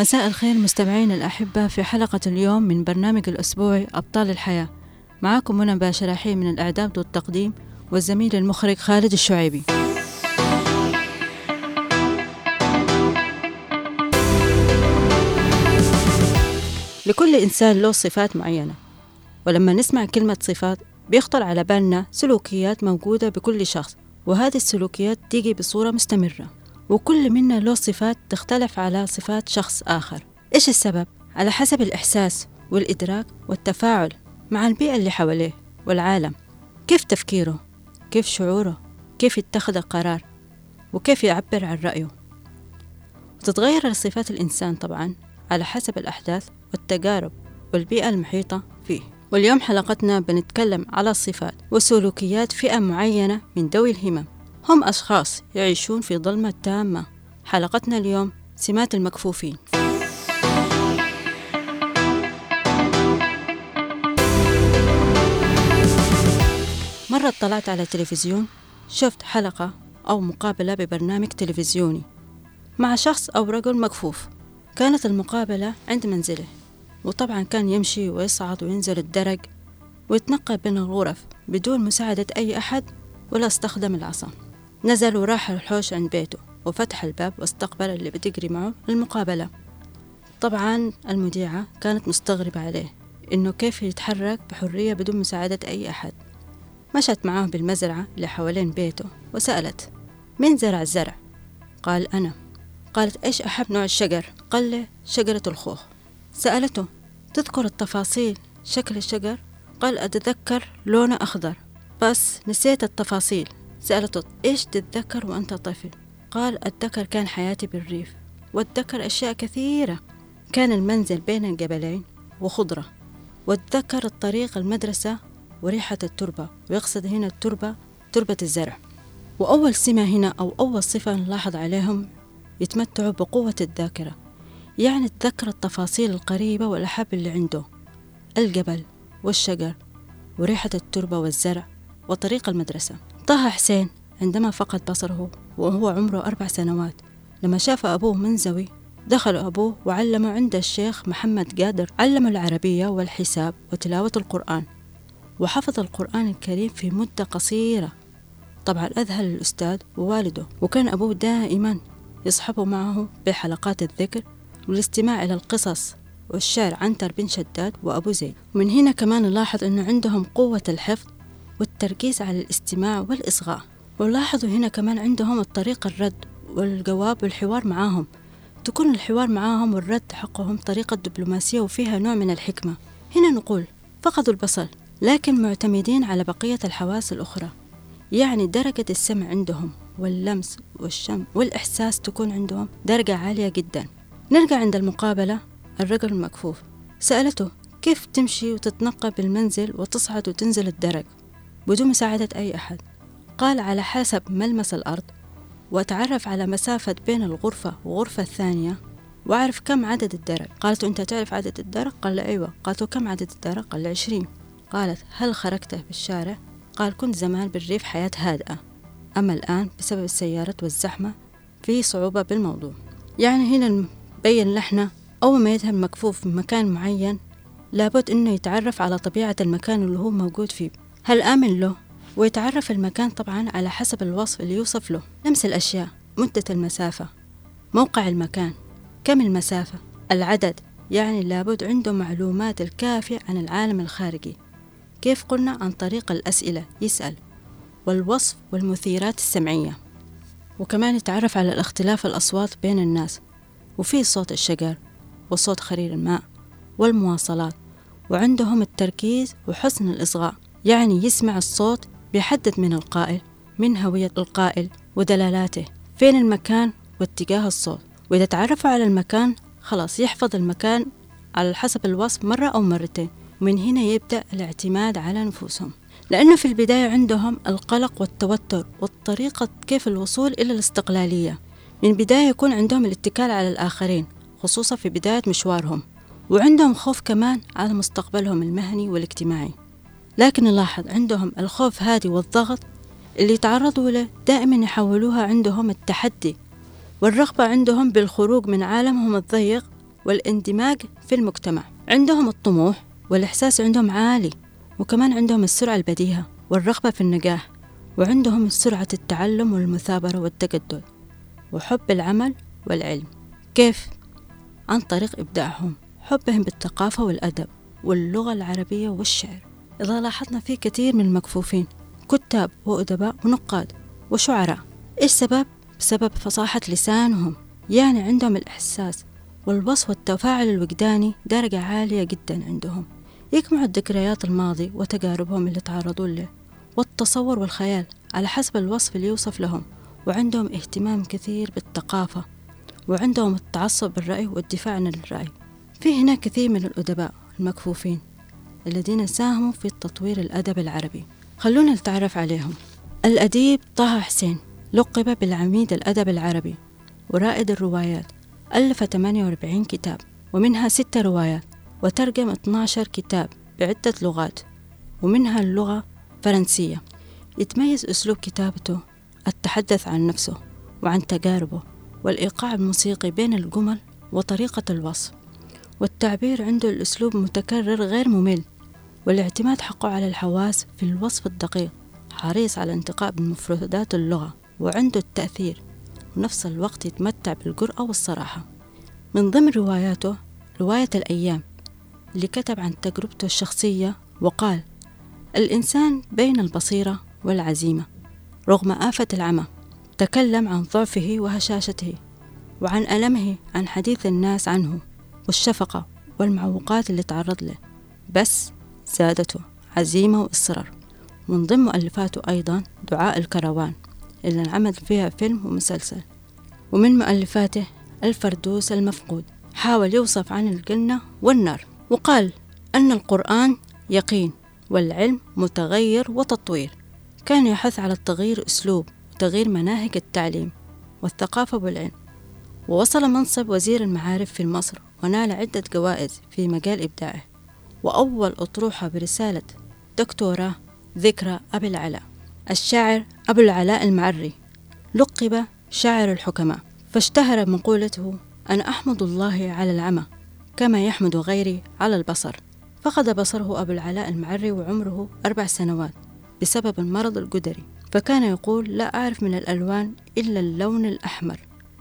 مساء الخير مستمعين الأحبة في حلقة اليوم من برنامج الأسبوعي أبطال الحياة. معكم منى باشراحي من الإعداد والتقديم، والزميل المخرج خالد الشعيبي. لكل إنسان له صفات معينة، ولما نسمع كلمة صفات بيخطر على بالنا سلوكيات موجودة بكل شخص، وهذه السلوكيات تيجي بصورة مستمرة، وكل منا له صفات تختلف على صفات شخص آخر. إيش السبب؟ على حسب الإحساس والإدراك والتفاعل مع البيئة اللي حواليه والعالم، كيف تفكيره، كيف شعوره، كيف يتخذ قرار، وكيف يعبر عن رأيه. وتتغير صفات الإنسان طبعا على حسب الأحداث والتجارب والبيئة المحيطة فيه. واليوم حلقتنا بنتكلم على الصفات وسلوكيات فئة معينة من ذوي الهمم، هم أشخاص يعيشون في ظلمة تامة. حلقتنا اليوم سمات المكفوفين. مرة اطلعت على التلفزيون، شفت حلقة أو مقابلة ببرنامج تلفزيوني مع شخص أو رجل مكفوف. كانت المقابلة عند منزله، وطبعا كان يمشي ويصعد وينزل الدرج ويتنقل بين الغرف بدون مساعدة أي أحد ولا استخدم العصا. نزل وراح الحوش عند بيته وفتح الباب واستقبل اللي بتجري معه المقابلة. طبعا المذيعة كانت مستغربة عليه إنه كيف يتحرك بحرية بدون مساعدة أي أحد. مشت معاه بالمزرعة اللي حوالين بيته وسألت: مين زرع الزرع؟ قال: أنا. قالت: إيش أحب نوع الشجر؟ قال له: شجرة الخوخ. سألته: تذكر التفاصيل شكل الشجر؟ قال: أتذكر لونه أخضر بس نسيت التفاصيل. سألته: إيش تتذكر وأنت طفل؟ قال: أتذكر كان حياتي بالريف، وأتذكر أشياء كثيرة. كان المنزل بين الجبلين وخضرة، وأتذكر الطريق المدرسة وريحة التربة، ويقصد هنا التربة تربة الزرع. وأول سمة هنا أو أول صفة نلاحظ عليهم يتمتعوا بقوة الذاكرة، يعني تذكر التفاصيل القريبة والأحب اللي عنده، الجبل والشجر وريحة التربة والزرع وطريق المدرسة. طه حسين عندما فقد بصره وهو عمره 4 سنوات، لما شاف أبوه منزوي دخل أبوه وعلمه عند الشيخ محمد قادر، علمه العربية والحساب وتلاوة القرآن، وحفظ القرآن الكريم في مدة قصيرة. طبعا أذهل الأستاذ ووالده، وكان أبوه دائما يصحبه معه بحلقات الذكر والاستماع إلى القصص والشعر عنتر بن شداد وأبو زيد. ومن هنا كمان نلاحظ أنه عندهم قوة الحفظ والتركيز على الاستماع والإصغاء. ولاحظوا هنا كمان عندهم الطريقة الرد والجواب والحوار معاهم، تكون الحوار معاهم والرد حقهم طريقة دبلوماسية وفيها نوع من الحكمة. هنا نقول فقدوا البصر لكن معتمدين على بقية الحواس الأخرى، يعني درجة السمع عندهم واللمس والشم والإحساس تكون عندهم درجة عالية جدا. نرجع عند المقابلة، الرجل المكفوف سألته: كيف تمشي وتتنقل بالمنزل وتصعد وتنزل الدرج بدون مساعدة أي أحد؟ قال: على حسب ملمس الأرض، وأتعرف على مسافة بين الغرفة وغرفة الثانية، وأعرف كم عدد الدرج. قالت: أنت تعرف عدد الدرج؟ قال: أيوة. قالت: كم عدد الدرج؟ قال: 20. قالت: هل خرجت بالشارع؟ قال: كنت زمان بالريف حياة هادئة، أما الآن بسبب السيارات والزحمة في صعوبة بالموضوع. يعني هنا نبين لحنا أول ما يذهب مكفوف في مكان معين لابد أنه يتعرف على طبيعة المكان اللي هو موجود فيه، هل آمن له، ويتعرف المكان طبعا على حسب الوصف اللي يوصف له. لمس الأشياء، مدة المسافة، موقع المكان، كم المسافة، العدد، يعني لابد عنده معلومات الكافية عن العالم الخارجي. كيف قلنا؟ عن طريق الأسئلة يسأل، والوصف والمثيرات السمعية، وكمان يتعرف على الاختلاف الأصوات بين الناس، وفي صوت الشجر وصوت خرير الماء والمواصلات. وعندهم التركيز وحسن الإصغاء، يعني يسمع الصوت بيحدد من القائل، من هوية القائل ودلالاته، فين المكان واتجاه الصوت. وإذا تعرفوا على المكان خلاص يحفظ المكان على حسب الوصف مرة أو مرتين. ومن هنا يبدأ الاعتماد على نفوسهم، لأنه في البداية عندهم القلق والتوتر والطريقة كيف الوصول إلى الاستقلالية. من البداية يكون عندهم الاتكال على الآخرين خصوصا في بداية مشوارهم، وعندهم خوف كمان على مستقبلهم المهني والاجتماعي. لكن نلاحظ عندهم الخوف هذه والضغط اللي يتعرضوا له دائما يحولوها عندهم التحدي والرغبة عندهم بالخروج من عالمهم الضيق والاندماج في المجتمع. عندهم الطموح والإحساس عندهم عالي، وكمان عندهم السرعة البديهة والرغبة في النجاح، وعندهم سرعة التعلم والمثابرة والتجدد وحب العمل والعلم. كيف؟ عن طريق إبداعهم، حبهم بالثقافة والأدب واللغة العربية والشعر. إذا لاحظنا في كثير من المكفوفين كتاب وأدباء ونقاد وشعراء. إيش سبب؟ بسبب فصاحة لسانهم، يعني عندهم الإحساس والوصف والتفاعل الوجداني درجة عالية جدا عندهم. يجمعوا الذكريات الماضي وتجاربهم اللي تعرضوا له والتصور والخيال على حسب الوصف اللي يوصف لهم، وعندهم اهتمام كثير بالثقافة، وعندهم التعصب بالرأي والدفاع عن الرأي. في هناك كثير من الأدباء المكفوفين الذين ساهموا في تطوير الأدب العربي. خلونا نتعرف عليهم. الأديب طه حسين لقب بالعميد الأدب العربي ورائد الروايات، ألف 48 كتاب ومنها 6 روايات، وترجم 12 كتاب بعدة لغات ومنها اللغة الفرنسية. يتميز أسلوب كتابته التحدث عن نفسه وعن تجاربه والإيقاع الموسيقي بين الجمل وطريقة الوصف، والتعبير عنده الأسلوب متكرر غير ممل، والاعتماد حقه على الحواس في الوصف الدقيق، حريص على انتقاء بمفردات اللغة وعنده التأثير، ونفس الوقت يتمتع بالجرأة والصراحة. من ضمن رواياته رواية الأيام اللي كتب عن تجربته الشخصية وقال: الإنسان بين البصيرة والعزيمة رغم آفة العمى. تكلم عن ضعفه وهشاشته وعن ألمه عن حديث الناس عنه والشفقة والمعوقات اللي تعرض له، بس زادته عزيمة وإصرار. من ضمن مؤلفاته أيضا دعاء الكروان اللي انعمل فيها فيلم ومسلسل. ومن مؤلفاته الفردوس المفقود، حاول يوصف عن الجنة والنار، وقال أن القرآن يقين والعلم متغير وتطوير. كان يحث على التغيير أسلوب وتغيير مناهج التعليم والثقافة والعلم. ووصل منصب وزير المعارف في مصر، ونال عدة جوائز في مجال إبداعه، وأول أطروحة برسالة دكتوراه ذكرى أبي العلاء. الشاعر أبو العلاء المعري لقب شاعر الحكماء، فاشتهر مقولته: أنا أحمد الله على العمى كما يحمد غيري على البصر. فقد بصره أبو العلاء المعري وعمره 4 سنوات بسبب المرض الجدري، فكان يقول: لا أعرف من الألوان إلا اللون الأحمر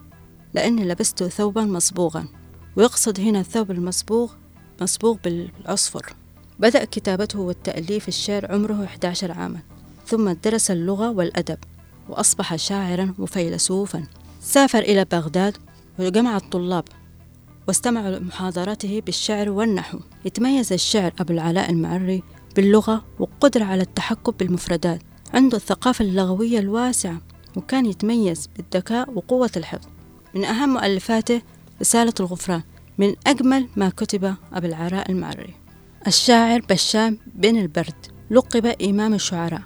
لأني لبست ثوبا مصبوغا، ويقصد هنا الثوب المصبوغ مصبوغ بالعصفر. بدأ كتابته والتأليف الشعر عمره 11 عاما، ثم درس اللغة والأدب وأصبح شاعرا وفيلسوفا. سافر إلى بغداد وجمع الطلاب واستمعوا لمحاضراته بالشعر والنحو. يتميز الشعر أبو العلاء المعري باللغة وقدرة على التحكم بالمفردات، عنده الثقافة اللغوية الواسعة، وكان يتميز بالذكاء وقوة الحفظ. من أهم مؤلفاته رسالة الغفران، من أجمل ما كتب أبو العلاء المعري. الشاعر بشام بن البرد لقب إمام الشعراء،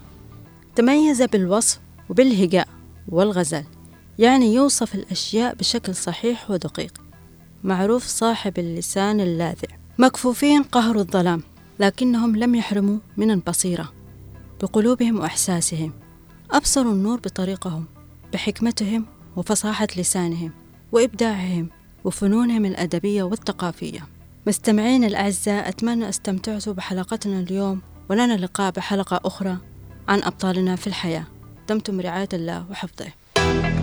تميز بالوصف وبالهجاء والغزل، يعني يوصف الأشياء بشكل صحيح ودقيق، معروف صاحب اللسان اللاذع. مكفوفين قهروا الظلام، لكنهم لم يحرموا من البصيرة بقلوبهم وإحساسهم، أبصروا النور بطريقهم، بحكمتهم وفصاحة لسانهم وإبداعهم وفنونهم الأدبية والثقافية. مستمعين الأعزاء، أتمنى استمتعتوا بحلقتنا اليوم، ولنا لقاء بحلقة أخرى عن أبطالنا في الحياة. دمتم رعاية الله وحفظه.